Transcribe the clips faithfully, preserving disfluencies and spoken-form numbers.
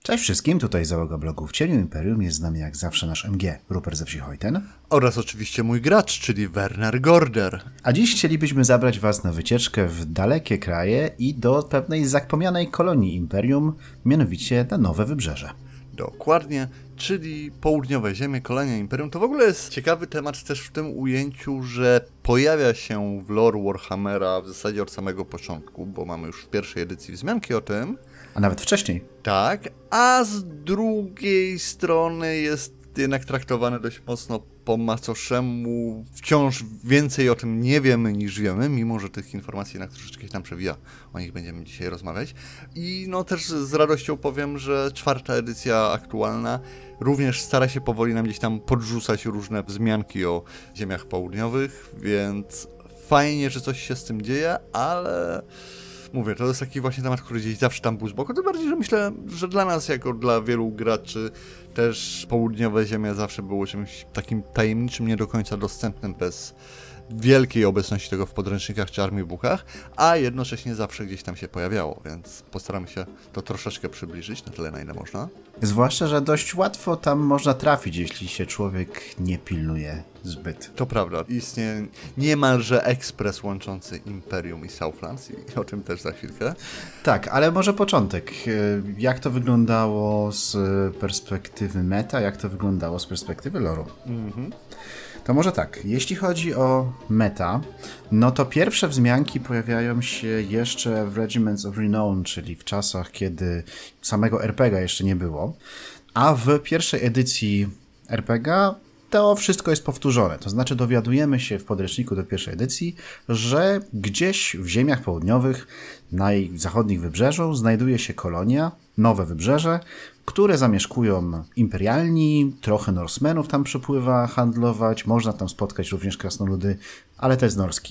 Cześć wszystkim, tutaj załoga blogu W Cieniu Imperium, jest z nami jak zawsze nasz M G, Rupert ze wsi Hojten. Oraz oczywiście mój gracz, czyli Werner Gorder. A dziś chcielibyśmy zabrać was na wycieczkę w dalekie kraje i do pewnej zapomnianej kolonii Imperium, mianowicie na Nowe Wybrzeże. Dokładnie, czyli południowe ziemie, kolonia Imperium. To w ogóle jest ciekawy temat też w tym ujęciu, że pojawia się w lore Warhammera w zasadzie od samego początku, bo mamy już w pierwszej edycji wzmianki o tym. A nawet wcześniej. Tak, a z drugiej strony jest jednak traktowany dość mocno po macoszemu. Wciąż więcej o tym nie wiemy niż wiemy, mimo że tych informacji jednak troszeczkę się tam przewija. O nich będziemy dzisiaj rozmawiać. I no też z radością powiem, że czwarta edycja aktualna również stara się powoli nam gdzieś tam podrzucać różne wzmianki o ziemiach południowych, więc fajnie, że coś się z tym dzieje, ale... Mówię, to jest taki właśnie temat, który gdzieś zawsze tam był z boku, tym bardziej, że myślę, że dla nas, jako dla wielu graczy, też południowe ziemie zawsze było czymś takim tajemniczym, nie do końca dostępnym, bez wielkiej obecności tego w podręcznikach czy armiebookach, a jednocześnie zawsze gdzieś tam się pojawiało, więc postaramy się to troszeczkę przybliżyć, na tyle na ile można. Zwłaszcza, że dość łatwo tam można trafić, jeśli się człowiek nie pilnuje zbyt. To prawda, istnieje niemalże ekspres łączący Imperium i Southlands i o tym też za chwilkę. Tak, ale może początek. Jak to wyglądało z perspektywy meta, jak to wyglądało z perspektywy loru? Mhm. To może tak, jeśli chodzi o meta, no to pierwsze wzmianki pojawiają się jeszcze w Regiments of Renown, czyli w czasach, kiedy samego er pe gie a jeszcze nie było, a w pierwszej edycji er pe gie a to wszystko jest powtórzone, to znaczy dowiadujemy się w podręczniku do pierwszej edycji, że gdzieś w ziemiach południowych, na ich zachodnich wybrzeżu znajduje się kolonia, Nowe Wybrzeże, które zamieszkują imperialni, trochę Norsemenów tam przypływa handlować, można tam spotkać również krasnoludy, ale to jest norski.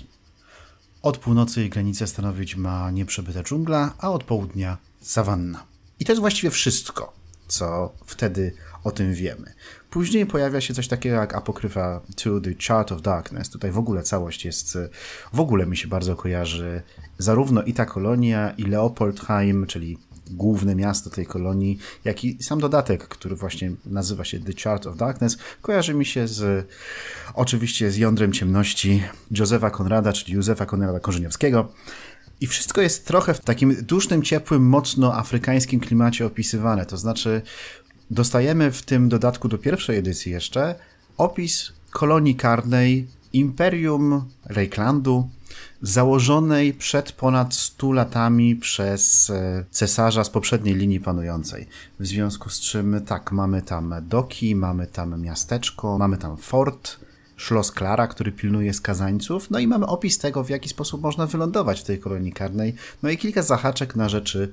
Od północy jej granicę stanowić ma nieprzebyta dżungla, a od południa sawanna. I to jest właściwie wszystko, co wtedy o tym wiemy. Później pojawia się coś takiego jak apokryfa To the Chart of Darkness. Tutaj w ogóle całość jest, w ogóle mi się bardzo kojarzy zarówno i ta kolonia, i Leopoldheim, czyli główne miasto tej kolonii, jak i sam dodatek, który właśnie nazywa się The Chart of Darkness, kojarzy mi się z oczywiście z jądrem ciemności Józefa Konrada, czyli Józefa Konrada Korzeniowskiego. I wszystko jest trochę w takim dusznym, ciepłym, mocno afrykańskim klimacie opisywane. To znaczy dostajemy w tym dodatku do pierwszej edycji jeszcze opis kolonii karnej Imperium Reiklandu, założonej przed ponad stu latami przez cesarza z poprzedniej linii panującej. W związku z czym tak, mamy tam doki, mamy tam miasteczko, mamy tam fort, Schloss Klara, który pilnuje skazańców, no i mamy opis tego, w jaki sposób można wylądować w tej kolonii karnej, no i kilka zahaczek na rzeczy,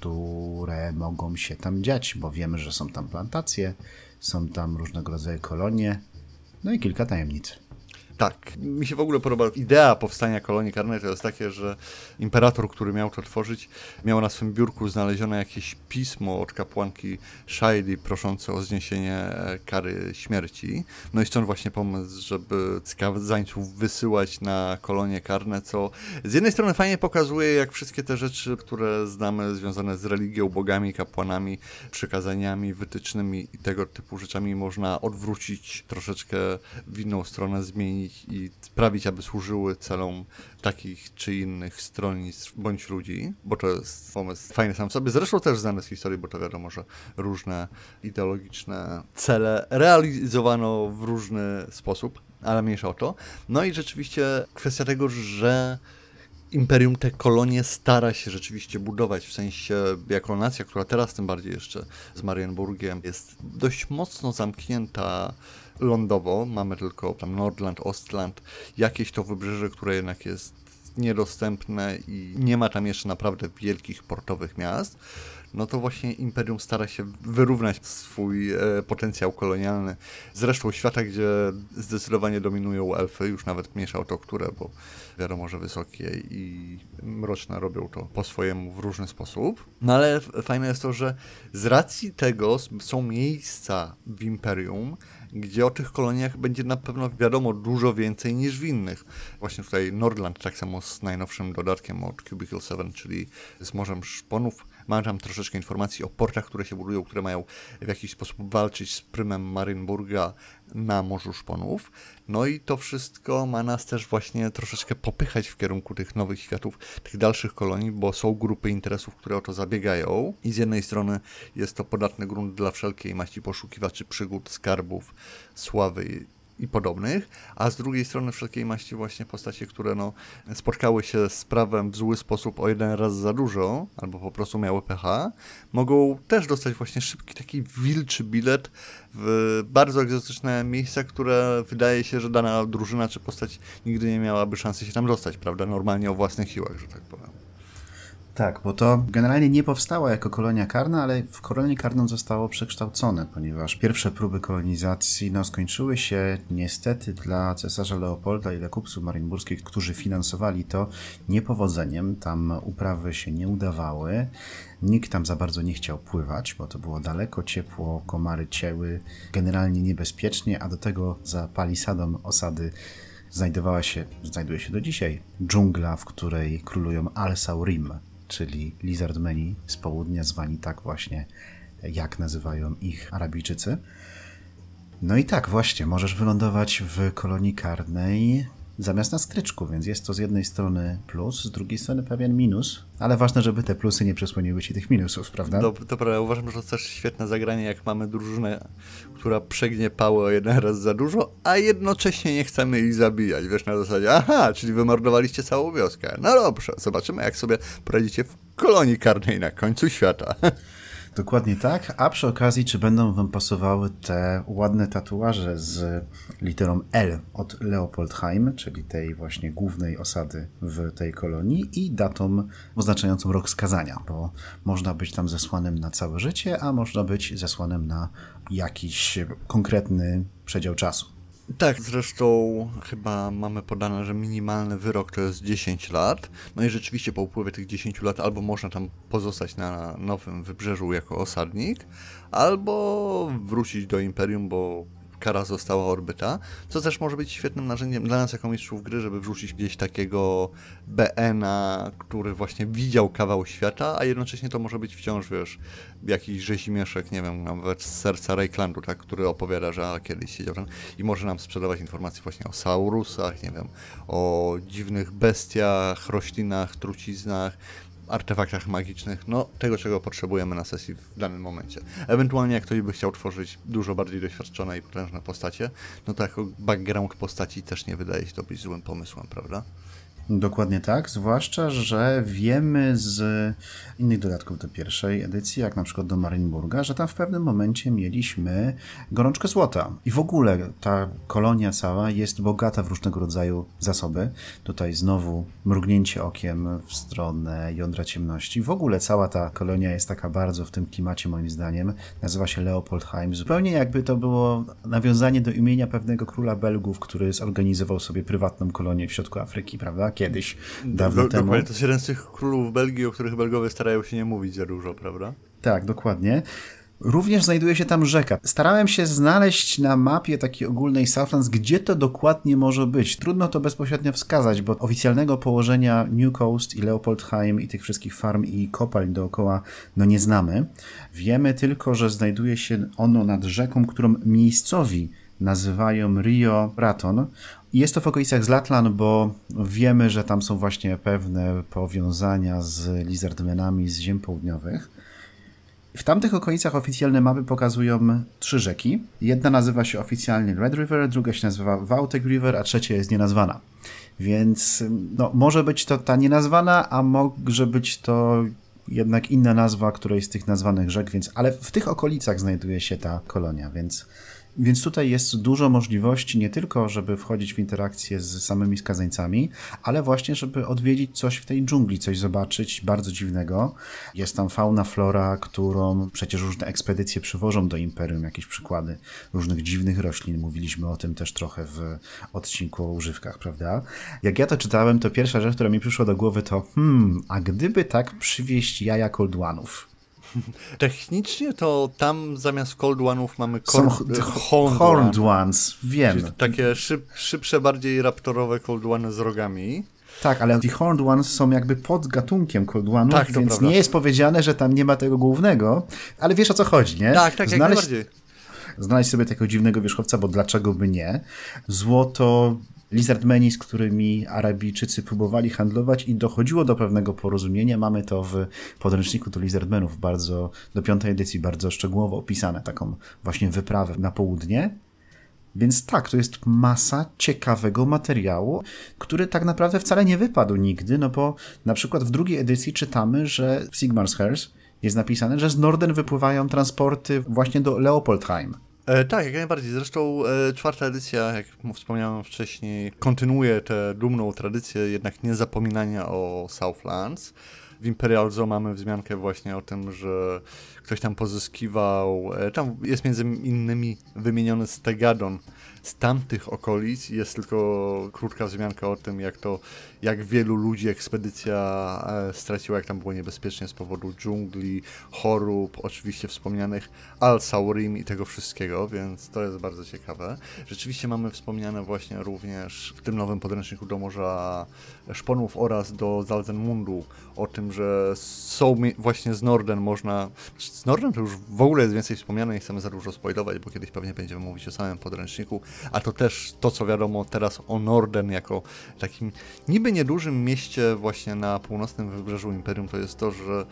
które mogą się tam dziać, bo wiemy, że są tam plantacje, są tam różnego rodzaju kolonie, no i kilka tajemnic. Tak, mi się w ogóle podoba idea powstania kolonii karnej, to jest takie, że imperator, który miał to tworzyć, miał na swym biurku znalezione jakieś pismo od kapłanki Shaili proszące o zniesienie kary śmierci. No i stąd właśnie pomysł, żeby skazańców wysyłać na kolonie karne, co z jednej strony fajnie pokazuje, jak wszystkie te rzeczy, które znamy związane z religią, bogami, kapłanami, przykazaniami, wytycznymi i tego typu rzeczami można odwrócić troszeczkę w inną stronę, zmienić i sprawić, aby służyły celom takich czy innych stronnictw bądź ludzi, bo to jest pomysł fajny sam w sobie. Zresztą też znany z historii, bo to wiadomo, że różne ideologiczne cele realizowano w różny sposób, ale mniejsza o to. No i rzeczywiście kwestia tego, że Imperium te kolonie stara się rzeczywiście budować, w sensie jako nacja, która teraz tym bardziej jeszcze z Marienburgiem jest dość mocno zamknięta lądowo. Mamy tylko tam Nordland, Ostland, jakieś to wybrzeże, które jednak jest niedostępne i nie ma tam jeszcze naprawdę wielkich portowych miast. No to właśnie Imperium stara się wyrównać swój e, potencjał kolonialny z resztą świata, gdzie zdecydowanie dominują elfy, już nawet mniejsza o to, które, bo wiadomo, że wysokie i mroczne robią to po swojemu w różny sposób. No ale fajne jest to, że z racji tego są miejsca w Imperium, gdzie o tych koloniach będzie na pewno wiadomo dużo więcej niż w innych. Właśnie tutaj Nordland, tak samo z najnowszym dodatkiem od Cubicle siedem, czyli z Morzem Szponów, Mamy tam troszeczkę informacji o portach, które się budują, które mają w jakiś sposób walczyć z prymem Marienburga na Morzu Szponów. No i to wszystko ma nas też właśnie troszeczkę popychać w kierunku tych nowych światów, tych dalszych kolonii, bo są grupy interesów, które o to zabiegają. I z jednej strony jest to podatny grunt dla wszelkiej maści poszukiwaczy przygód, skarbów, sławy i podobnych, a z drugiej strony wszelkiej maści właśnie postacie, które no, spotkały się z prawem w zły sposób o jeden raz za dużo, albo po prostu miały pecha, mogą też dostać właśnie szybki taki wilczy bilet w bardzo egzotyczne miejsca, które wydaje się, że dana drużyna czy postać nigdy nie miałaby szansy się tam dostać, prawda? Normalnie o własnych siłach, że tak powiem. Tak, bo to generalnie nie powstało jako kolonia karna, ale w kolonię karną zostało przekształcone, ponieważ pierwsze próby kolonizacji no, skończyły się niestety dla cesarza Leopolda i dla kupców marienburskich, którzy finansowali to, niepowodzeniem. Tam uprawy się nie udawały. Nikt tam za bardzo nie chciał pływać, bo to było daleko, ciepło, komary cięły, generalnie niebezpiecznie, a do tego za palisadą osady znajdowała się, znajduje się do dzisiaj, dżungla, w której królują Al-Saurim, czyli lizardmeni z południa, zwani tak właśnie, jak nazywają ich Arabijczycy. No i tak właśnie, możesz wylądować w kolonii karnej zamiast na stryczku, więc jest to z jednej strony plus, z drugiej strony pewien minus, ale ważne, żeby te plusy nie przesłoniły ci tych minusów, prawda? Do, dobra, uważam, że to też świetne zagranie, jak mamy drużynę, która przegnie pałę o jeden raz za dużo, a jednocześnie nie chcemy ich zabijać, wiesz, na zasadzie, aha, czyli wymordowaliście całą wioskę. No dobrze, zobaczymy, jak sobie poradzicie w kolonii karnej na końcu świata. Dokładnie tak, a przy okazji, czy będą wam pasowały te ładne tatuaże z literą L od Leopoldheim, czyli tej właśnie głównej osady w tej kolonii i datą oznaczającą rok skazania, bo można być tam zesłanym na całe życie, a można być zesłanym na jakiś konkretny przedział czasu. Tak, zresztą chyba mamy podane, że minimalny wyrok to jest dziesięć lat. No i rzeczywiście po upływie tych dziesięciu lat albo można tam pozostać na Nowym Wybrzeżu jako osadnik, albo wrócić do Imperium, bo kara została odbyta, co też może być świetnym narzędziem dla nas jako mistrzów gry, żeby wrzucić gdzieś takiego B N-a, który właśnie widział kawał świata, a jednocześnie to może być wciąż, wiesz, jakiś rzezimieszek, nie wiem, nawet z serca Reiklandu, tak, który opowiada, że a, kiedyś siedział tam i może nam sprzedawać informacje właśnie o Saurusach, nie wiem, o dziwnych bestiach, roślinach, truciznach, artefaktach magicznych, no tego, czego potrzebujemy na sesji w danym momencie. Ewentualnie jak ktoś by chciał tworzyć dużo bardziej doświadczone i potężne postacie, no to jako background postaci też nie wydaje się to być złym pomysłem, prawda? Dokładnie tak, zwłaszcza, że wiemy z innych dodatków do pierwszej edycji, jak na przykład do Marienburga, że tam w pewnym momencie mieliśmy gorączkę złota. I w ogóle ta kolonia cała jest bogata w różnego rodzaju zasoby. Tutaj znowu mrugnięcie okiem w stronę jądra ciemności. W ogóle cała ta kolonia jest taka bardzo w tym klimacie, moim zdaniem. Nazywa się Leopoldheim. Zupełnie jakby to było nawiązanie do imienia pewnego króla Belgów, który zorganizował sobie prywatną kolonię w środku Afryki, prawda? Kiedyś, dawno do, temu. Dokładnie, to jest jeden z tych królów Belgii, o których Belgowie starają się nie mówić za dużo, prawda? Tak, dokładnie. Również znajduje się tam rzeka. Starałem się znaleźć na mapie takiej ogólnej Southlands, gdzie to dokładnie może być. Trudno to bezpośrednio wskazać, bo oficjalnego położenia New Coast i Leopoldheim i tych wszystkich farm i kopalń dookoła no nie znamy. Wiemy tylko, że znajduje się ono nad rzeką, którą miejscowi nazywają Rio Raton. Jest to w okolicach Zlatlan, bo wiemy, że tam są właśnie pewne powiązania z lizardmenami z ziem południowych. W tamtych okolicach oficjalne mapy pokazują trzy rzeki. Jedna nazywa się oficjalnie Red River, druga się nazywa Wautek River, a trzecia jest nienazwana. Więc no, może być to ta nienazwana, a może być to jednak inna nazwa którejś z tych nazwanych rzek, więc, ale w tych okolicach znajduje się ta kolonia, więc... Więc tutaj jest dużo możliwości nie tylko, żeby wchodzić w interakcję z samymi skazańcami, ale właśnie, żeby odwiedzić coś w tej dżungli, coś zobaczyć bardzo dziwnego. Jest tam fauna, flora, którą przecież różne ekspedycje przywożą do Imperium, jakieś przykłady różnych dziwnych roślin. Mówiliśmy o tym też trochę w odcinku o używkach, prawda? Jak ja to czytałem, to pierwsza rzecz, która mi przyszła do głowy to hmm, a gdyby tak przywieźć jaja Cold One'ów? Technicznie to tam zamiast Cold One'ów mamy Są Horned Horned Ones, wiem. Czyli takie szyb, szybsze, bardziej raptorowe Cold One z rogami. Tak, ale The Horned Ones są jakby podgatunkiem Cold One'ów, tak, więc prawda. nie jest powiedziane, że tam nie ma tego głównego, ale wiesz o co chodzi, nie? Tak, tak, Znaleźć... jak najbardziej. Znaleźć sobie takiego dziwnego wierzchowca, bo dlaczego by nie? Złoto, Lizardmeni, z którymi Arabijczycy próbowali handlować i dochodziło do pewnego porozumienia. Mamy to w podręczniku do Lizardmenów, bardzo, do piątej edycji, bardzo szczegółowo opisane, taką właśnie wyprawę na południe. Więc tak, to jest masa ciekawego materiału, który tak naprawdę wcale nie wypadł nigdy, no bo na przykład w drugiej edycji czytamy, że w Sigmar's Curse jest napisane, że z Norden wypływają transporty właśnie do Leopoldheim. E, tak, jak najbardziej. Zresztą e, czwarta edycja, jak wspomniałem wcześniej, kontynuuje tę dumną tradycję jednak niezapominania o Southlands. W Imperial Zoo mamy wzmiankę właśnie o tym, że ktoś tam pozyskiwał, e, tam jest między innymi wymieniony Stegadon z tamtych okolic. Jest tylko krótka wzmianka o tym, jak to, jak wielu ludzi ekspedycja e, straciła, jak tam było niebezpiecznie z powodu dżungli, chorób, oczywiście wspomnianych Al-Saurim i tego wszystkiego, więc to jest bardzo ciekawe. Rzeczywiście mamy wspomniane właśnie również w tym nowym podręczniku do Morza Szponów oraz do Zalzenmundu o tym, że są właśnie z Norden można... Z Norden to już w ogóle jest więcej wspomniane, nie chcemy za dużo spoilować, bo kiedyś pewnie będziemy mówić o samym podręczniku, a to też to, co wiadomo teraz o Norden jako takim niby niedużym mieście właśnie na północnym wybrzeżu Imperium, to jest to, że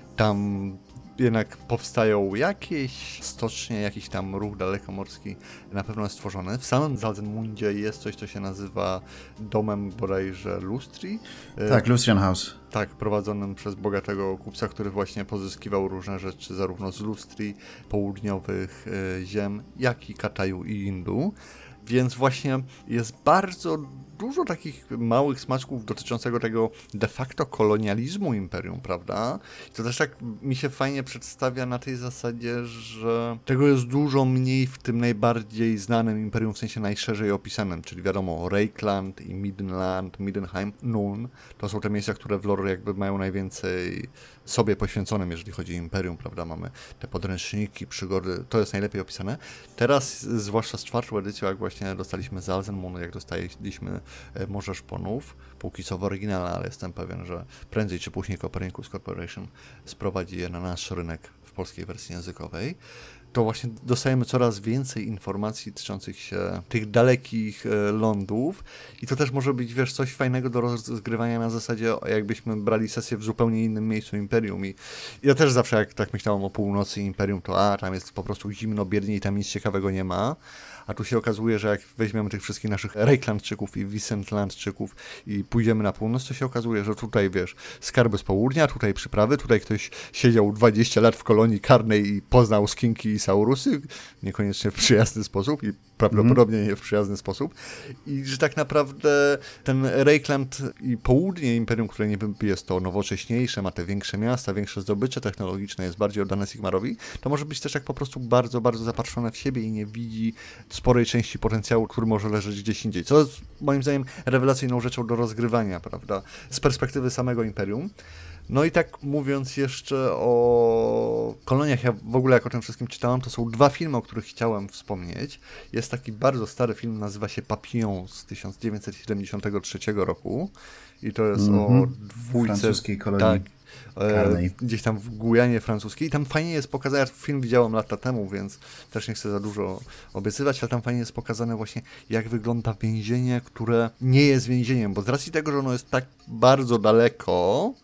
tam jednak powstają jakieś stocznie, jakiś tam ruch dalekomorski na pewno jest stworzony. W samym Zalzenmundzie jest coś, co się nazywa domem bodajże Lustri. Tak, Lustrian House. Tak, prowadzonym przez bogatego kupca, który właśnie pozyskiwał różne rzeczy zarówno z Lustri, południowych ziem, jak i Kataju i Indu. Więc właśnie jest bardzo dużo takich małych smaczków dotyczącego tego de facto kolonializmu imperium, prawda? I to też tak mi się fajnie przedstawia na tej zasadzie, że tego jest dużo mniej w tym najbardziej znanym imperium, w sensie najszerzej opisanym, czyli wiadomo Reikland i Middenland, Middenheim, Nuln, to są te miejsca, które w lore jakby mają najwięcej sobie poświęconym, jeżeli chodzi o imperium, prawda? Mamy te podręczniki, przygody, to jest najlepiej opisane. Teraz, zwłaszcza z czwartą edycją, jak właśnie dostaliśmy Zalzenmund, jak dostaliśmy Morze Szponów, póki co w oryginale, ale jestem pewien, że prędzej czy później Copernicus Corporation sprowadzi je na nasz rynek w polskiej wersji językowej, to właśnie dostajemy coraz więcej informacji dotyczących się tych dalekich lądów i to też może być, wiesz, coś fajnego do rozgrywania na zasadzie, jakbyśmy brali sesję w zupełnie innym miejscu Imperium i ja też zawsze jak tak myślałem o północy Imperium, to a, tam jest po prostu zimno, biednie i tam nic ciekawego nie ma. A tu się okazuje, że jak weźmiemy tych wszystkich naszych Reiklandczyków i Wisentlandczyków i pójdziemy na północ, to się okazuje, że tutaj, wiesz, skarby z południa, tutaj przyprawy, tutaj ktoś siedział dwadzieścia lat w kolonii karnej i poznał skinki i saurusy, niekoniecznie w przyjazny sposób i prawdopodobnie mm. nie w przyjazny sposób. I że tak naprawdę ten Reikland i południe Imperium, które niby jest to nowocześniejsze, ma te większe miasta, większe zdobycze technologiczne, jest bardziej oddane Sigmarowi, to może być też tak po prostu bardzo, bardzo zapatrzone w siebie i nie widzi sporej części potencjału, który może leżeć gdzieś indziej. Co jest moim zdaniem rewelacyjną rzeczą do rozgrywania, prawda? Z perspektywy samego Imperium. No i tak mówiąc jeszcze o koloniach, ja w ogóle jak o tym wszystkim czytałem, to są dwa filmy, o których chciałem wspomnieć. Jest taki bardzo stary film, nazywa się Papillon z tysiąc dziewięćset siedemdziesiątego trzeciego roku i to jest mm-hmm. o dwójce... francuskiej kolonii. Tak, karnej. Gdzieś tam w Gujanie francuskiej. I tam fajnie jest pokazane, ja film widziałem lata temu, więc też nie chcę za dużo obiecywać, ale tam fajnie jest pokazane właśnie, jak wygląda więzienie, które nie jest więzieniem, bo z racji tego, że ono jest tak bardzo daleko,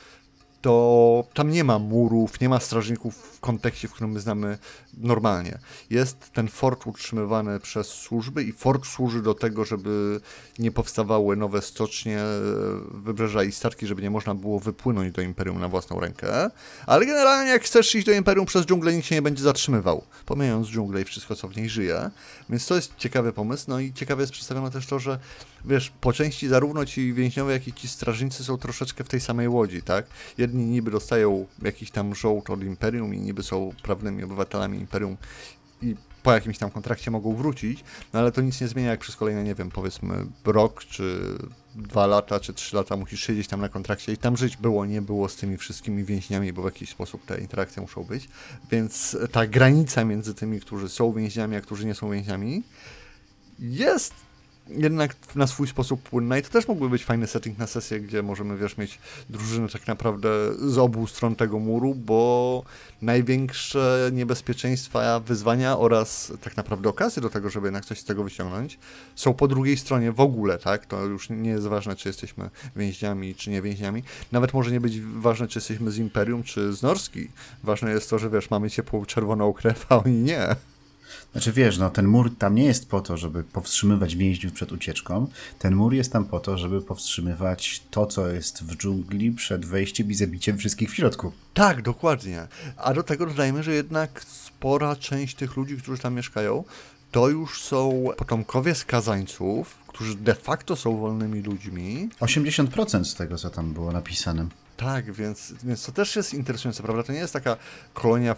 to tam nie ma murów, nie ma strażników w kontekście, w którym my znamy normalnie. Jest ten fort utrzymywany przez służby i fort służy do tego, żeby nie powstawały nowe stocznie wybrzeża i statki, żeby nie można było wypłynąć do Imperium na własną rękę. Ale generalnie jak chcesz iść do Imperium przez dżunglę, nikt się nie będzie zatrzymywał, pomijając dżunglę i wszystko, co w niej żyje. Więc to jest ciekawy pomysł. No i ciekawe jest przedstawione też to, że wiesz, po części zarówno ci więźniowie, jak i ci strażnicy są troszeczkę w tej samej łodzi, tak? Jedni niby dostają jakiś tam żołd od Imperium i niby są prawnymi obywatelami Imperium i po jakimś tam kontrakcie mogą wrócić, no ale to nic nie zmienia, jak przez kolejne, nie wiem, powiedzmy rok, czy dwa lata, czy trzy lata musisz siedzieć tam na kontrakcie i tam żyć było, nie było z tymi wszystkimi więźniami, bo w jakiś sposób te interakcje muszą być, więc ta granica między tymi, którzy są więźniami, a którzy nie są więźniami, jest jednak na swój sposób płynna i to też mógłby być fajny setting na sesję, gdzie możemy, wiesz, mieć drużyny tak naprawdę z obu stron tego muru, bo największe niebezpieczeństwa, wyzwania oraz tak naprawdę okazje do tego, żeby jednak coś z tego wyciągnąć, są po drugiej stronie w ogóle, tak? To już nie jest ważne, czy jesteśmy więźniami, czy nie więźniami. Nawet może nie być ważne, czy jesteśmy z Imperium, czy z Norski. Ważne jest to, że wiesz, mamy ciepłą, czerwoną krew, a oni nie. Znaczy wiesz, no ten mur tam nie jest po to, żeby powstrzymywać więźniów przed ucieczką. Ten mur jest tam po to, żeby powstrzymywać to, co jest w dżungli przed wejściem i zabiciem wszystkich w środku. Tak, dokładnie. A do tego dodajmy, że jednak spora część tych ludzi, którzy tam mieszkają, to już są potomkowie skazańców, którzy de facto są wolnymi ludźmi. osiemdziesiąt procent z tego, co tam było napisane. Tak, więc, więc to też jest interesujące, prawda? To nie jest taka kolonia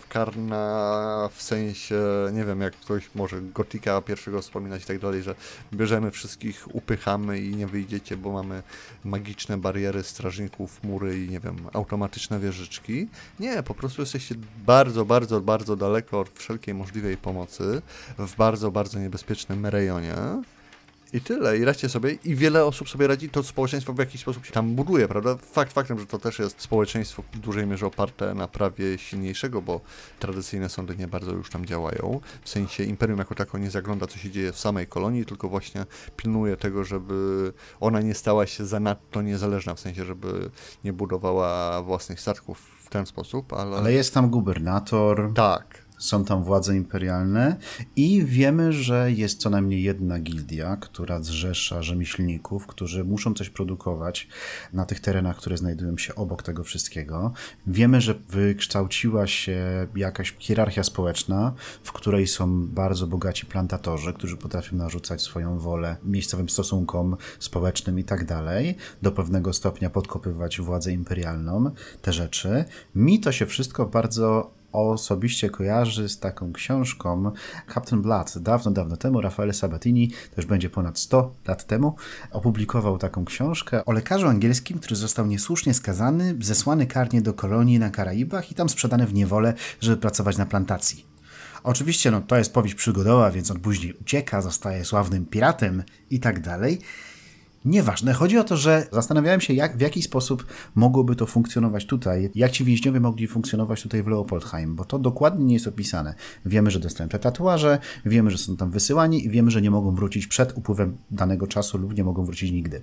wkarna w sensie, nie wiem, jak ktoś może Gotika pierwszego wspominać i tak dalej, że bierzemy wszystkich, upychamy i nie wyjdziecie, bo mamy magiczne bariery strażników, mury i nie wiem, automatyczne wieżyczki. Nie, po prostu jesteście bardzo, bardzo, bardzo daleko od wszelkiej możliwej pomocy w bardzo, bardzo niebezpiecznym rejonie. I tyle, i radźcie sobie, i wiele osób sobie radzi, to społeczeństwo w jakiś sposób się tam buduje, prawda? Fakt faktem, że to też jest społeczeństwo w dużej mierze oparte na prawie silniejszego, bo tradycyjne sądy nie bardzo już tam działają. W sensie Imperium jako tako nie zagląda, co się dzieje w samej kolonii, tylko właśnie pilnuje tego, żeby ona nie stała się zanadto niezależna, w sensie, żeby nie budowała własnych statków w ten sposób, ale... Ale jest tam gubernator. Tak. Są tam władze imperialne i wiemy, że jest co najmniej jedna gildia, która zrzesza rzemieślników, którzy muszą coś produkować na tych terenach, które znajdują się obok tego wszystkiego. Wiemy, że wykształciła się jakaś hierarchia społeczna, w której są bardzo bogaci plantatorzy, którzy potrafią narzucać swoją wolę miejscowym stosunkom społecznym i tak dalej, do pewnego stopnia podkopywać władzę imperialną, te rzeczy. Mi to się wszystko bardzo osobiście kojarzy z taką książką Captain Blood. Dawno, dawno temu Raffaele Sabatini, to już będzie ponad sto lat temu, opublikował taką książkę o lekarzu angielskim, który został niesłusznie skazany, zesłany karnie do kolonii na Karaibach i tam sprzedany w niewolę, żeby pracować na plantacji. Oczywiście no, to jest powieść przygodowa, więc on później ucieka, zostaje sławnym piratem i tak dalej. Nieważne. Chodzi o to, że zastanawiałem się, jak, w jaki sposób mogłoby to funkcjonować tutaj, jak ci więźniowie mogli funkcjonować tutaj w Leopoldheim, bo to dokładnie nie jest opisane. Wiemy, że dostają te tatuaże, wiemy, że są tam wysyłani i wiemy, że nie mogą wrócić przed upływem danego czasu lub nie mogą wrócić nigdy.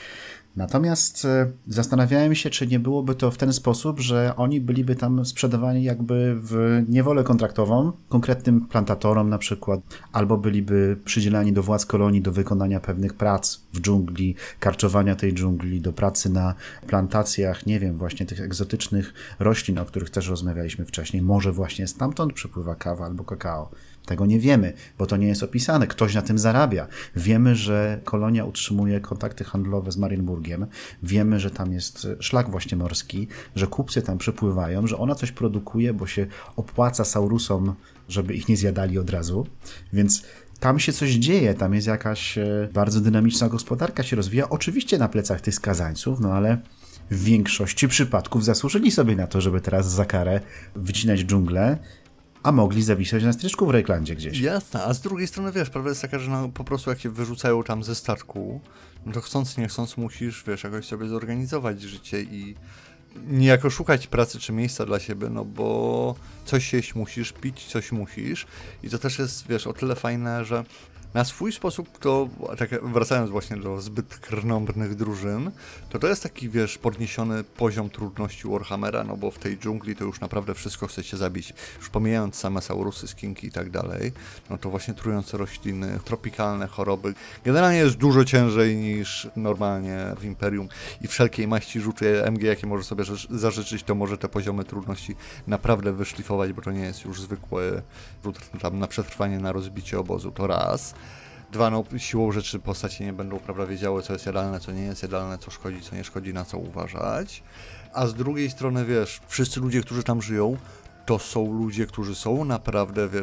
Natomiast zastanawiałem się, czy nie byłoby to w ten sposób, że oni byliby tam sprzedawani jakby w niewolę kontraktową, konkretnym plantatorom na przykład, albo byliby przydzielani do władz kolonii do wykonania pewnych prac w dżungli, karczowania tej dżungli, do pracy na plantacjach, nie wiem, właśnie tych egzotycznych roślin, o których też rozmawialiśmy wcześniej. Może właśnie stamtąd przypływa kawa albo kakao. Tego nie wiemy, bo to nie jest opisane. Ktoś na tym zarabia. Wiemy, że kolonia utrzymuje kontakty handlowe z Marienburgiem. Wiemy, że tam jest szlak właśnie morski, że kupcy tam przypływają, że ona coś produkuje, bo się opłaca Saurusom, żeby ich nie zjadali od razu. Więc tam się coś dzieje, tam jest jakaś bardzo dynamiczna gospodarka się rozwija. Oczywiście na plecach tych skazańców, no ale w większości przypadków zasłużyli sobie na to, żeby teraz za karę wycinać dżunglę, a mogli zawisać na stryczku w Reiklandzie gdzieś. Jasne, a z drugiej strony wiesz, prawda jest taka, że no, po prostu jak się wyrzucają tam ze statku, no to chcąc nie chcąc musisz, wiesz, jakoś sobie zorganizować życie i niejako szukać pracy czy miejsca dla siebie, no bo coś jeść musisz, pić coś musisz i to też jest, wiesz, o tyle fajne, że na swój sposób to, tak wracając właśnie do zbyt krnąbrnych drużyn, to to jest taki, wiesz, podniesiony poziom trudności Warhammera, no bo w tej dżungli to już naprawdę wszystko chcecie zabić. Już pomijając same saurusy, skinki i tak dalej, no to właśnie trujące rośliny, tropikalne choroby. Generalnie jest dużo ciężej niż normalnie w Imperium i wszelkiej maści rzuty M G, jakie może sobie zażyczyć, to może te poziomy trudności naprawdę wyszlifować, bo to nie jest już zwykły rzut tam na przetrwanie, na rozbicie obozu, to raz. Dwa, no siłą rzeczy postacie nie będą, prawda, wiedziały, co jest jadalne, co nie jest jadalne, co szkodzi, co nie szkodzi, na co uważać. A z drugiej strony, wiesz, wszyscy ludzie, którzy tam żyją, to są ludzie, którzy są naprawdę, wiesz,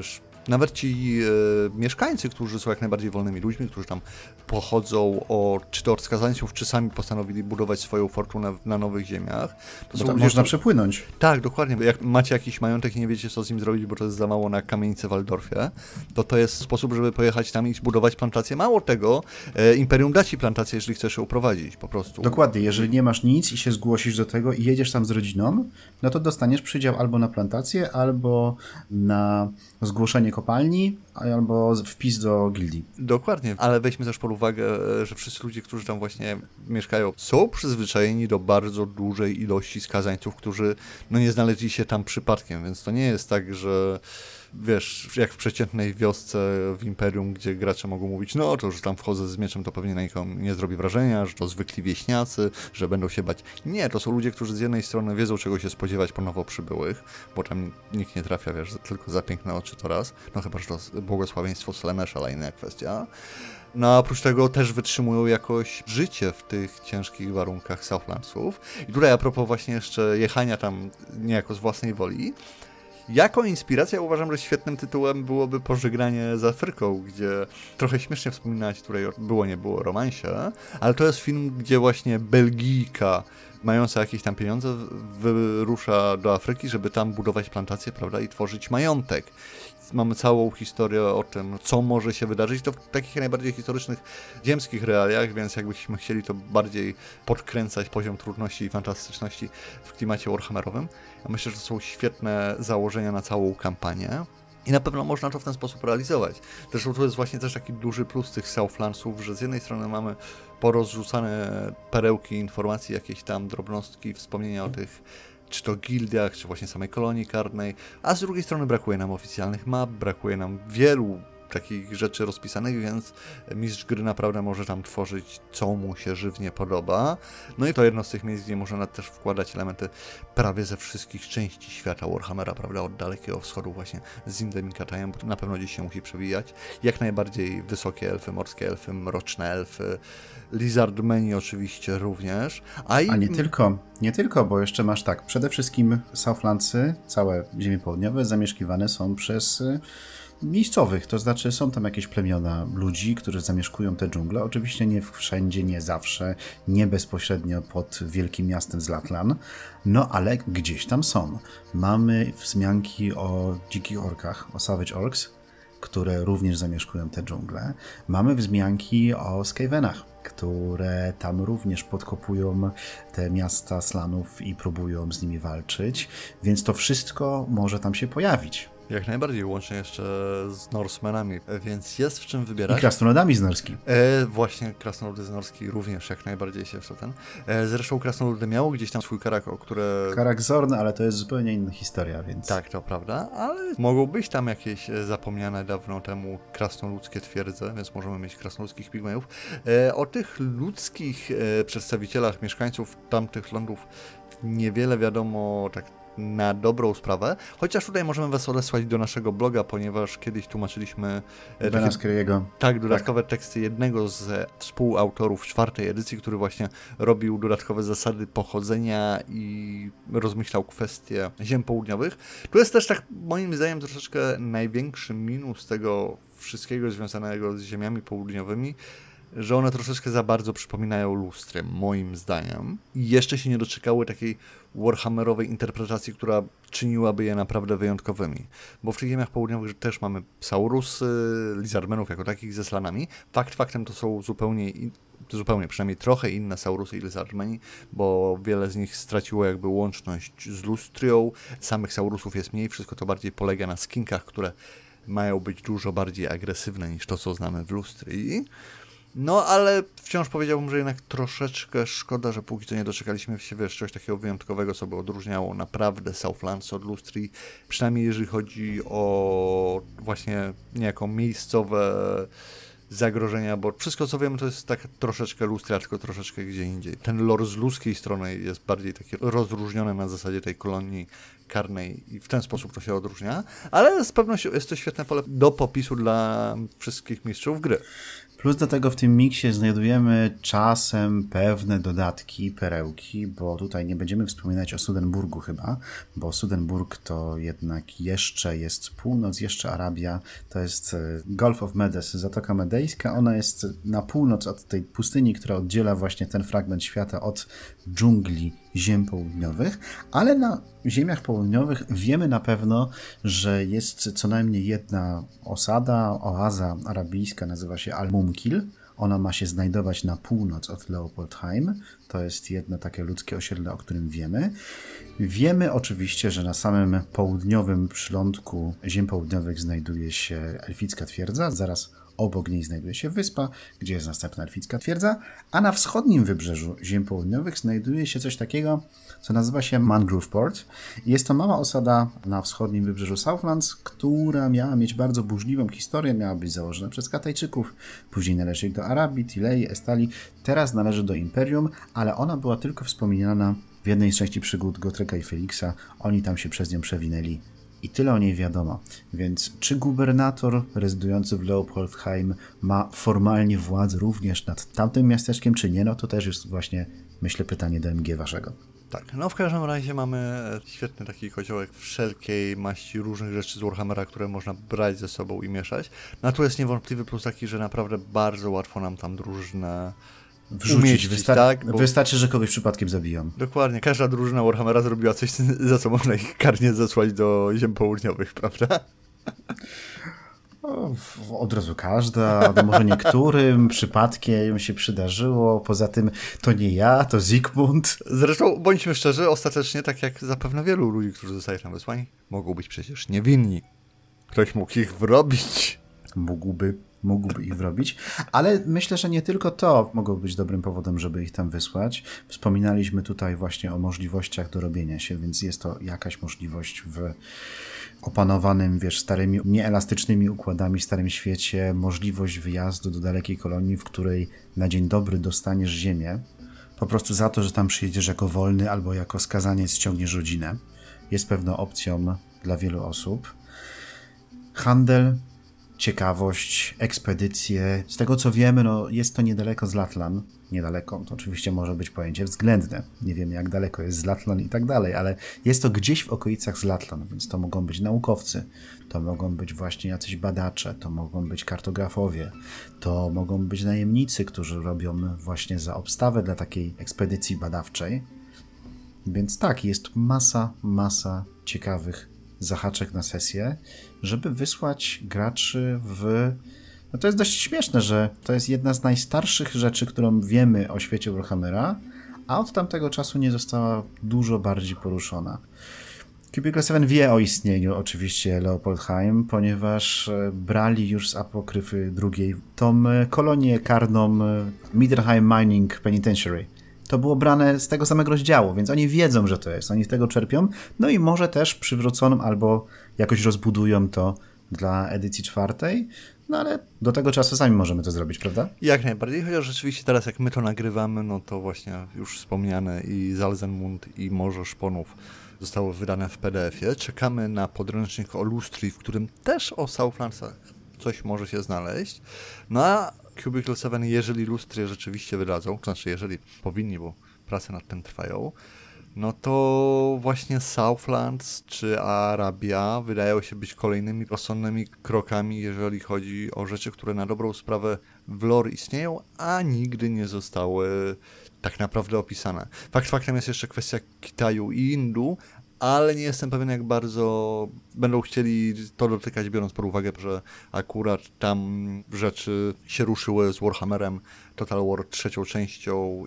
Nawet ci e, mieszkańcy, którzy są jak najbardziej wolnymi ludźmi, którzy tam pochodzą od, czy to od skazańców, czy sami postanowili budować swoją fortunę na nowych ziemiach. To są ludzie, można przepłynąć. Tak, dokładnie. Jak macie jakiś majątek i nie wiecie, co z nim zrobić, bo to jest za mało na kamienicę w Waldorfie, to to jest sposób, żeby pojechać tam i zbudować plantację. Mało tego, e, Imperium da ci plantację, jeżeli chcesz ją uprowadzić, po prostu. Dokładnie. Jeżeli nie masz nic i się zgłosisz do tego i jedziesz tam z rodziną, no to dostaniesz przydział albo na plantację, albo na zgłoszenie kopalni, albo wpis do gildii. Dokładnie, ale weźmy też pod uwagę, że wszyscy ludzie, którzy tam właśnie mieszkają, są przyzwyczajeni do bardzo dużej ilości skazańców, którzy no nie znaleźli się tam przypadkiem, więc to nie jest tak, że wiesz, jak w przeciętnej wiosce w Imperium, gdzie gracze mogą mówić, no to, że tam wchodzę z mieczem, to pewnie na nikomu nie zrobi wrażenia, że to zwykli wieśniacy, że będą się bać. Nie, to są ludzie, którzy z jednej strony wiedzą, czego się spodziewać po nowo przybyłych, bo tam nikt nie trafia, wiesz, tylko za piękne oczy to raz, no chyba, że to błogosławieństwo Slanesha, ale inna kwestia. No a oprócz tego też wytrzymują jakoś życie w tych ciężkich warunkach Southlandsów. I tutaj a propos właśnie jeszcze jechania tam niejako z własnej woli, jako inspiracja uważam, że świetnym tytułem byłoby Pożegnanie z Afryką, gdzie trochę śmiesznie wspominać, tutaj było nie było romansie, ale to jest film, gdzie właśnie Belgijka mająca jakieś tam pieniądze wyrusza do Afryki, żeby tam budować plantacje, prawda, i tworzyć majątek. Mamy całą historię o tym, co może się wydarzyć, to w takich najbardziej historycznych, ziemskich realiach, więc jakbyśmy chcieli to bardziej podkręcać poziom trudności i fantastyczności w klimacie warhammerowym. Ja myślę, że to są świetne założenia na całą kampanię. I na pewno można to w ten sposób realizować. Zresztą to jest właśnie też taki duży plus tych Southlandsów, że z jednej strony mamy porozrzucane perełki informacji, jakieś tam drobnostki, wspomnienia o tych czy to gildiach, czy właśnie samej kolonii karnej, a z drugiej strony brakuje nam oficjalnych map, brakuje nam wielu takich rzeczy rozpisanych, więc mistrz gry naprawdę może tam tworzyć, co mu się żywnie podoba. No i to jedno z tych miejsc, gdzie można też wkładać elementy prawie ze wszystkich części świata Warhammera, prawda, od Dalekiego Wschodu właśnie z Indem i Katajem, bo na pewno gdzieś się musi przewijać. Jak najbardziej wysokie elfy, morskie elfy, mroczne elfy, Lizardmeni oczywiście również. A, i... A nie tylko, nie tylko, bo jeszcze masz tak, przede wszystkim Southlandsy, całe ziemie południowe zamieszkiwane są przez miejscowych, to znaczy są tam jakieś plemiona ludzi, którzy zamieszkują te dżungle, oczywiście nie wszędzie, nie zawsze, nie bezpośrednio pod wielkim miastem z Latlan, no ale gdzieś tam są. Mamy wzmianki o dzikich orkach, o Savage Orcs, które również zamieszkują te dżungle. Mamy wzmianki o Skavenach, które tam również podkopują te miasta Slanów i próbują z nimi walczyć, więc to wszystko może tam się pojawić. Jak najbardziej, łącznie jeszcze z Norsemenami, więc jest w czym wybierać. I krasnoludami z Norski. E, właśnie, krasnoludy z Norski również jak najbardziej się w to ten. E, zresztą krasnoludy miało gdzieś tam swój karak, o które... Karak Zorn, ale to jest zupełnie inna historia, więc... Tak, to prawda, ale mogą być tam jakieś zapomniane dawno temu krasnoludzkie twierdze, więc możemy mieć krasnoludzkich pigmejów. E, o tych ludzkich e, przedstawicielach, mieszkańców tamtych lądów niewiele wiadomo tak na dobrą sprawę, chociaż tutaj możemy was odesłać do naszego bloga, ponieważ kiedyś tłumaczyliśmy Bena Skry'ego. Tak, dodatkowe tak. teksty jednego z współautorów czwartej edycji, który właśnie robił dodatkowe zasady pochodzenia i rozmyślał kwestie ziem południowych. Tu jest też tak moim zdaniem troszeczkę największy minus tego wszystkiego związanego z ziemiami południowymi, że one troszeczkę za bardzo przypominają lustry, moim zdaniem. I jeszcze się nie doczekały takiej warhammerowej interpretacji, która czyniłaby je naprawdę wyjątkowymi. Bo w tych ziemiach południowych też mamy Saurusy, Lizardmenów jako takich ze Slanami. Fakt faktem to są zupełnie, zupełnie przynajmniej trochę inne Saurusy i Lizardmeni, bo wiele z nich straciło jakby łączność z Lustrią. Samych Saurusów jest mniej, wszystko to bardziej polega na skinkach, które mają być dużo bardziej agresywne niż to, co znamy w Lustrii. No, ale wciąż powiedziałbym, że jednak troszeczkę szkoda, że póki co nie doczekaliśmy się, wiesz, czegoś takiego wyjątkowego, co by odróżniało naprawdę Southlands od Lustrii, przynajmniej jeżeli chodzi o właśnie niejako miejscowe zagrożenia, bo wszystko, co wiemy, to jest tak troszeczkę Lustria, tylko troszeczkę gdzie indziej. Ten lore z ludzkiej strony jest bardziej taki rozróżniony na zasadzie tej kolonii karnej i w ten sposób to się odróżnia, ale z pewnością jest to świetne pole do popisu dla wszystkich mistrzów gry. Plus do tego w tym miksie znajdujemy czasem pewne dodatki, perełki, bo tutaj nie będziemy wspominać o Sudenburgu chyba, bo Sudenburg to jednak jeszcze jest północ, jeszcze Arabia, to jest Gulf of Medes, Zatoka Medejska, ona jest na północ od tej pustyni, która oddziela właśnie ten fragment świata od dżungli ziem południowych, ale na ziemiach południowych wiemy na pewno, że jest co najmniej jedna osada, oaza arabijska, nazywa się Al-Mumkil. Ona ma się znajdować na północ od Leopoldheim. To jest jedno takie ludzkie osiedle, o którym wiemy. Wiemy oczywiście, że na samym południowym przylądku ziem południowych znajduje się elficka twierdza, zaraz obok niej znajduje się wyspa, gdzie jest następna elficka twierdza, a na wschodnim wybrzeżu ziem południowych znajduje się coś takiego, co nazywa się Mangrooveport. Jest to mała osada na wschodnim wybrzeżu Southlands, która miała mieć bardzo burzliwą historię, miała być założona przez Katajczyków, później należeć do Arabii, Tilei, Estalii, teraz należy do Imperium, ale ona była tylko wspominana w jednej z części przygód Gotreka i Felixa. Oni tam się przez nią przewinęli. I tyle o niej wiadomo. Więc czy gubernator rezydujący w Leopoldheim ma formalnie władzę również nad tamtym miasteczkiem, czy nie? No to też jest właśnie, myślę, pytanie do M G waszego. Tak, no w każdym razie mamy świetny taki kociołek wszelkiej maści różnych rzeczy z Warhammera, które można brać ze sobą i mieszać. No a tu jest niewątpliwy plus taki, że naprawdę bardzo łatwo nam tam drużynę wrzucić. Umieścić, Wystar- tak? Bo... Wystarczy, że kogoś przypadkiem zabiją. Dokładnie, każda drużyna Warhammera zrobiła coś, za co można ich karnie zesłać do ziem południowych, prawda? O, od razu każda, no może niektórym przypadkiem się przydarzyło, poza tym to nie ja, to Zygmunt. Zresztą, bądźmy szczerzy, ostatecznie, tak jak zapewne wielu ludzi, którzy zostali tam wysłani, mogą być przecież niewinni. Ktoś mógł ich wrobić. Mógłby, mógłby ich wrobić, ale myślę, że nie tylko to mogło być dobrym powodem, żeby ich tam wysłać. Wspominaliśmy tutaj właśnie o możliwościach dorobienia się, więc jest to jakaś możliwość w opanowanym, wiesz, starymi, nieelastycznymi układami starym świecie, możliwość wyjazdu do dalekiej kolonii, w której na dzień dobry dostaniesz ziemię, po prostu za to, że tam przyjedziesz jako wolny albo jako skazaniec ściągniesz rodzinę. Jest pewną opcją dla wielu osób. Handel, ciekawość, ekspedycje. Z tego co wiemy, no jest to niedaleko z Latlan. Niedaleko, to oczywiście może być pojęcie względne. Nie wiemy jak daleko jest z Latlan i tak dalej, ale jest to gdzieś w okolicach z Latlan, więc to mogą być naukowcy, to mogą być właśnie jacyś badacze, to mogą być kartografowie, to mogą być najemnicy, którzy robią właśnie za obstawę dla takiej ekspedycji badawczej. Więc tak, jest masa, masa ciekawych zahaczek na sesję, żeby wysłać graczy w... No to jest dość śmieszne, że to jest jedna z najstarszych rzeczy, którą wiemy o świecie Warhammera, a od tamtego czasu nie została dużo bardziej poruszona. Cubicle siedem wie o istnieniu oczywiście Leopoldheim, ponieważ brali już z apokryfy drugiej tą kolonię karną Middelheim Mining Penitentiary. To było brane z tego samego rozdziału, więc oni wiedzą, że to jest, oni z tego czerpią, no i może też przywrócono albo jakoś rozbudują to dla edycji czwartej, no ale do tego czasu sami możemy to zrobić, prawda? Jak najbardziej, chociaż rzeczywiście teraz jak my to nagrywamy, no to właśnie już wspomniane i Zalzenmund i Morze Szponów zostało wydane w P D F-ie. Czekamy na podręcznik o Lustrii, w którym też o Southlandsach coś może się znaleźć. No a Cubicle siedem, jeżeli Lustrię rzeczywiście wydadzą, to znaczy jeżeli powinni, bo prace nad tym trwają, no to właśnie Southlands czy Arabia wydają się być kolejnymi rozsądnymi krokami, jeżeli chodzi o rzeczy, które na dobrą sprawę w lore istnieją, a nigdy nie zostały tak naprawdę opisane. Fakt faktem jest jeszcze kwestia Kitaju i Indu, ale nie jestem pewien, jak bardzo będą chcieli to dotykać, biorąc pod uwagę, że akurat tam rzeczy się ruszyły z Warhammerem Total War trzecią częścią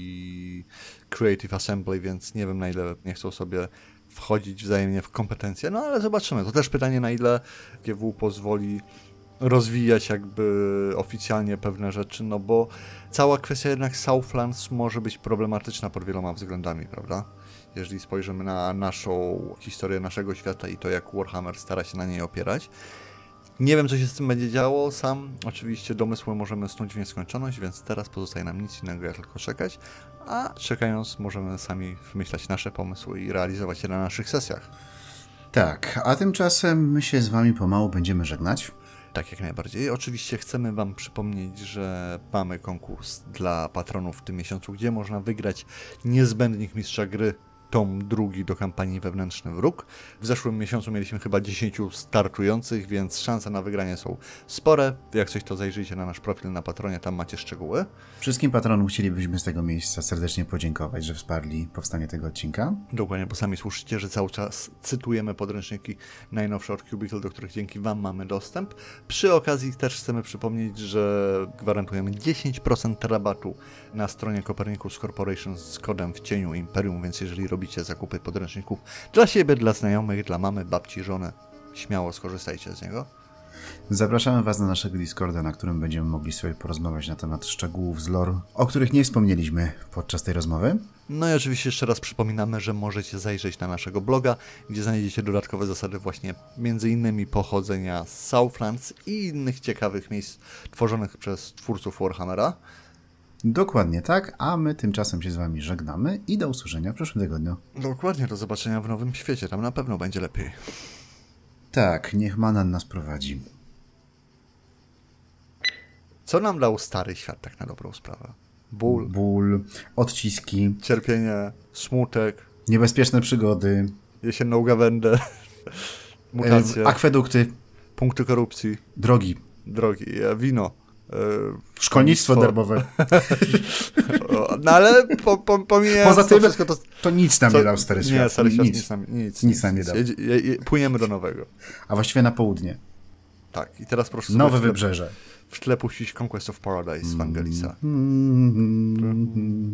i Creative Assembly, więc nie wiem, na ile nie chcą sobie wchodzić wzajemnie w kompetencje, no ale zobaczymy. To też pytanie, na ile G W pozwoli rozwijać jakby oficjalnie pewne rzeczy, no bo cała kwestia jednak Southlands może być problematyczna pod wieloma względami, prawda? Jeżeli spojrzymy na naszą historię naszego świata i to, jak Warhammer stara się na niej opierać. Nie wiem, co się z tym będzie działo. Sam oczywiście domysły możemy snuć w nieskończoność, więc teraz pozostaje nam nic innego, jak tylko czekać, a czekając możemy sami wymyślać nasze pomysły i realizować je na naszych sesjach. Tak, a tymczasem my się z wami pomału będziemy żegnać. Tak, jak najbardziej. Oczywiście chcemy wam przypomnieć, że mamy konkurs dla patronów w tym miesiącu, gdzie można wygrać niezbędnik mistrza gry, tom drugi do kampanii Wewnętrzny Wróg. W zeszłym miesiącu mieliśmy chyba dziesięciu startujących, więc szanse na wygranie są spore. Jak coś, to zajrzyjcie na nasz profil na Patronie, tam macie szczegóły. Wszystkim patronom chcielibyśmy z tego miejsca serdecznie podziękować, że wsparli powstanie tego odcinka. Dokładnie, bo sami słyszycie, że cały czas cytujemy podręczniki najnowsze od Cubicle, do których dzięki wam mamy dostęp. Przy okazji też chcemy przypomnieć, że gwarantujemy dziesięć procent rabatu na stronie Copernicus Corporation z kodem w cieniu Imperium, więc jeżeli robicie zakupy podręczników dla siebie, dla znajomych, dla mamy, babci, żony, śmiało skorzystajcie z niego. Zapraszamy was na naszego Discorda, na którym będziemy mogli sobie porozmawiać na temat szczegółów z lore, o których nie wspomnieliśmy podczas tej rozmowy. No i oczywiście jeszcze raz przypominamy, że możecie zajrzeć na naszego bloga, gdzie znajdziecie dodatkowe zasady właśnie między innymi pochodzenia z Southlands i innych ciekawych miejsc tworzonych przez twórców Warhammera. Dokładnie tak, a my tymczasem się z wami żegnamy i do usłyszenia w przyszłym tygodniu. Dokładnie, do zobaczenia w nowym świecie, tam na pewno będzie lepiej. Tak, niech Manan nas prowadzi. Co nam dał stary świat tak na dobrą sprawę? Ból, Ból, odciski, cierpienie, smutek, niebezpieczne przygody, jesienną gawędę, mutacje, e, akwedukty, punkty korupcji, drogi, drogi, e, wino. E, szkolnictwo darmowe. No ale po, po, pomijając Poza tym, to wszystko, to, to nic nam co, nie dał stary świat. Nie, stary świat nic. nic nam, nic, Nic nam nie dał. Jedzie, je, je, płyniemy do nowego. A właściwie na południe. Tak, i teraz proszę sobie Nowe w tle, wybrzeże. w tle puścić Conquest of Paradise z Vangelisa. Mm-hmm.